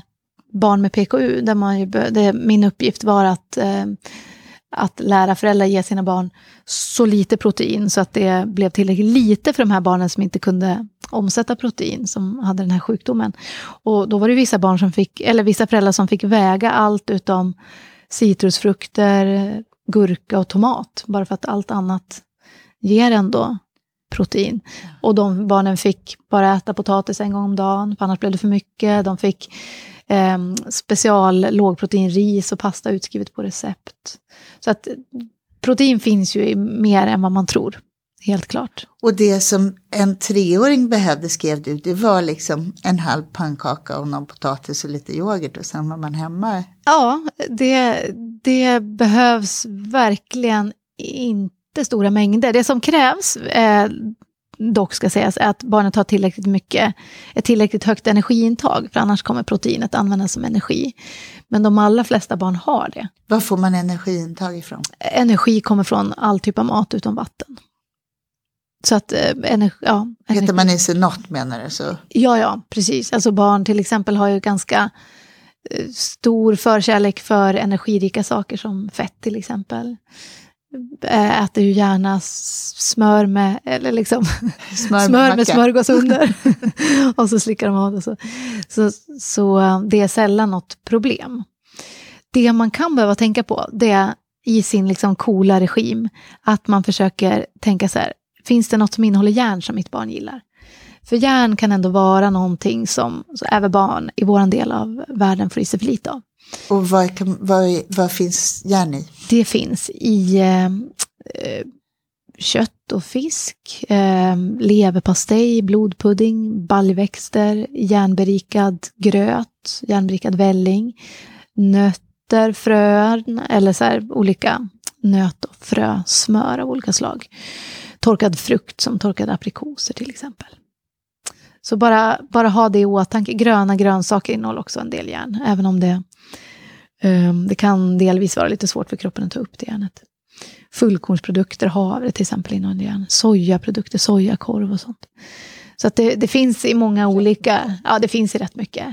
barn med PKU, där min uppgift var att lära föräldrar ge sina barn så lite protein så att det blev tillräckligt lite för de här barnen som inte kunde omsätta protein, som hade den här sjukdomen. Och då var det vissa föräldrar som fick väga allt utom citrusfrukter, gurka och tomat, bara för att allt annat ger ändå protein. Och de barnen fick bara äta potatis en gång om dagen, för annars blev det för mycket. De fick special lågproteinris och pasta utskrivet på recept. Så att protein finns ju mer än vad man tror, helt klart. Och det som en 3-åring behövde, skrev du, det var liksom en halv pannkaka och någon potatis och lite yoghurt och sen var man hemma. Ja, det behövs verkligen inte stora mängder. Det som krävs dock ska sägas är att barnet har ett tillräckligt högt energiintag, för annars kommer proteinet användas som energi. Men de allra flesta barn har det. Var får man energiintag ifrån? Energi kommer från all typ av mat utom vatten. Så att Heter man i sig något, menar du så? Ja, precis. Alltså barn till exempel har ju ganska stor förkärlek för energirika saker som fett till exempel. Äter ju gärna smör med, eller liksom smör med smörgås under. Och så slickar de av det. Så det är sällan något problem. Det man kan behöva tänka på, det är i sin liksom coola regim, att man försöker tänka så här: finns det något som innehåller järn som mitt barn gillar? För järn kan ändå vara någonting som även barn i våran del av världen får i sig för lite av. Och vad finns järn i? Det finns i kött och fisk, leverpastej, blodpudding, baljväxter, järnberikad gröt, järnberikad välling, nötter, frön eller så här olika nöt- och frösmör av olika slag. Torkad frukt som torkade aprikoser till exempel. Så bara ha det i åtanke. Gröna grönsaker innehåller också en del järn, även om det kan delvis vara lite svårt för kroppen att ta upp det järnet. Fullkornsprodukter, havre till exempel innehåller järn. Sojaprodukter, sojakorv och sånt. Så att det finns i många olika, det finns i rätt mycket.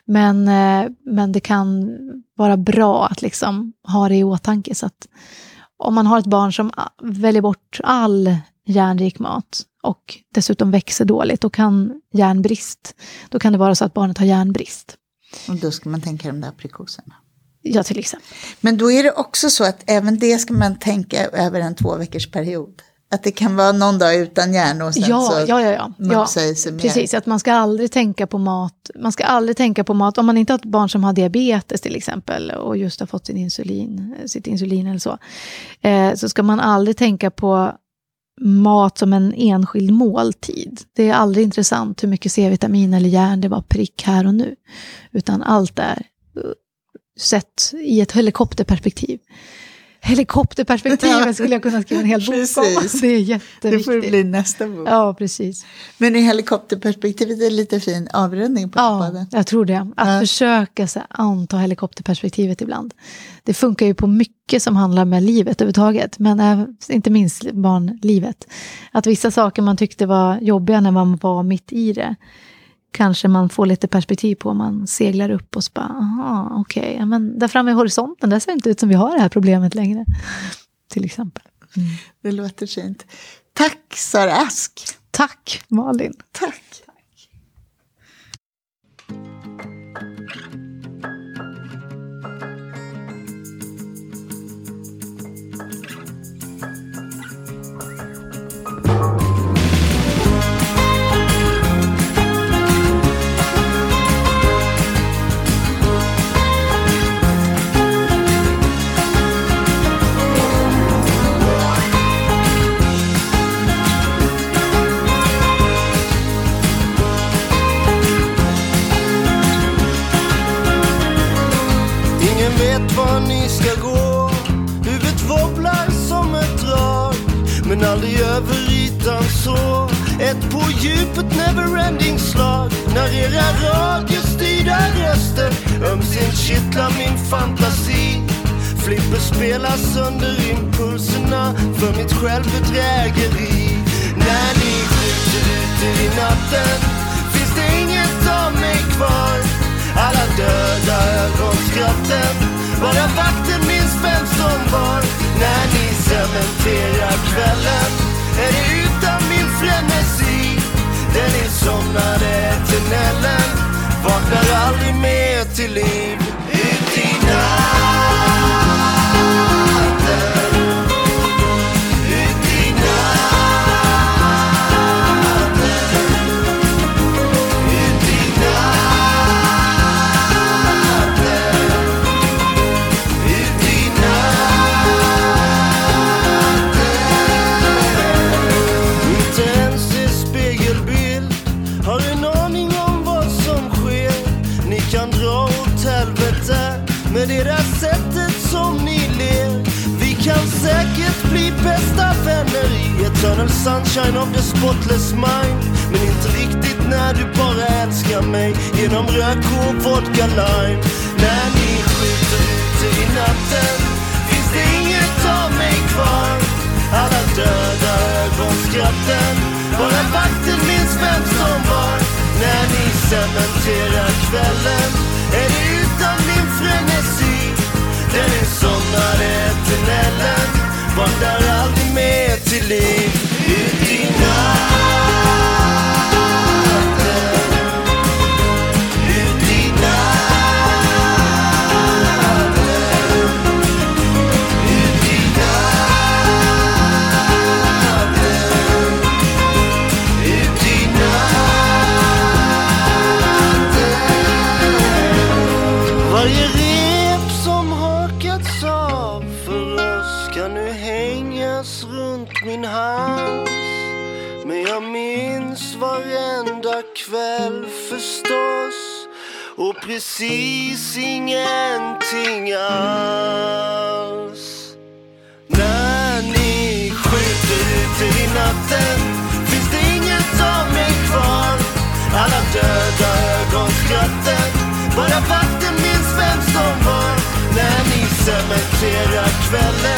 Men det kan vara bra att liksom ha det i åtanke. Så att om man har ett barn som väljer bort all järnrik mat och dessutom växer dåligt, då kan det vara så att barnet har järnbrist. Och då ska man tänka de där aprikoserna. Ja, till exempel. Men då är det också så att även det ska man tänka över en 2-veckorsperiod. Att det kan vara någon dag utan järn och sen mopsa i sig mer. Precis, att man ska aldrig tänka på mat. Man ska aldrig tänka på mat om man inte har ett barn som har diabetes till exempel och just har fått sitt insulin eller så. Så ska man aldrig tänka på mat som en enskild måltid. Det är aldrig intressant hur mycket C-vitamin eller järn det var prick här och nu. Utan allt är sett i ett helikopterperspektiv. Helikopterperspektivet skulle jag kunna skriva en hel bok om. Det är jätteviktigt. Det får bli nästa bok. Ja, precis. Men i helikopterperspektivet är det lite fin avrundning på podden. Ja, jag tror det. Att försöka anta helikopterperspektivet ibland. Det funkar ju på mycket som handlar med livet överhuvudtaget. Men inte minst barnlivet. Att vissa saker man tyckte var jobbiga när man var mitt i det, kanske man får lite perspektiv på om man seglar upp och så bara, okej, men där framme i horisonten, där ser det inte ut som vi har det här problemet längre. Till exempel. Mm. Det låter fint. Tack Sara Ask. Tack Malin. Tack. Men aldrig över ytan så. Ett på djupet neverending slag. När era radiostyrda röster ömsint kittlar min fantasi. Flipper spelar sönder impulserna för mitt självbedrägeri. När ni skjuter ut i natten finns det inget av mig kvar alla döda ögonskratten. Bara vakten minns vem som var. När ni cementerar kvällen är det utan min frenesi. Den ni somnade tunnelen vaknar aldrig mer till liv. Ut i natten, ut i natten, ut i natten, ut i natten. Inte ens en spegelbild har en aning om vad som sker. Ni kan dra åt helvete med det där sättet som ni ler. Vi kan säkert bli bästa vänner i eternal sunshine of the spotless mind. Men inte riktigt när du bara älskar mig genom rök och vodka lime. När ni skjuter ute i natten finns det inget av mig kvar. Alla döda ögonskratten, bara vakten minns vem som var. När ni cementerar kvällen är det utan min frenesi. Den är somnade tunnelen vaknar aldrig mer till liv. Ut i natten, ut i natten, ut i natten, ut i natten. Varje rep som hakats av för oss kan nu hängas runt min hals. Men jag minns varenda kväll förstås, och precis ingenting alls. När ni skjuter ut i natten finns det inget av mig kvar. Alla döda ögonskratten, bara vakten minns vem som var. När ni cementerar kvällen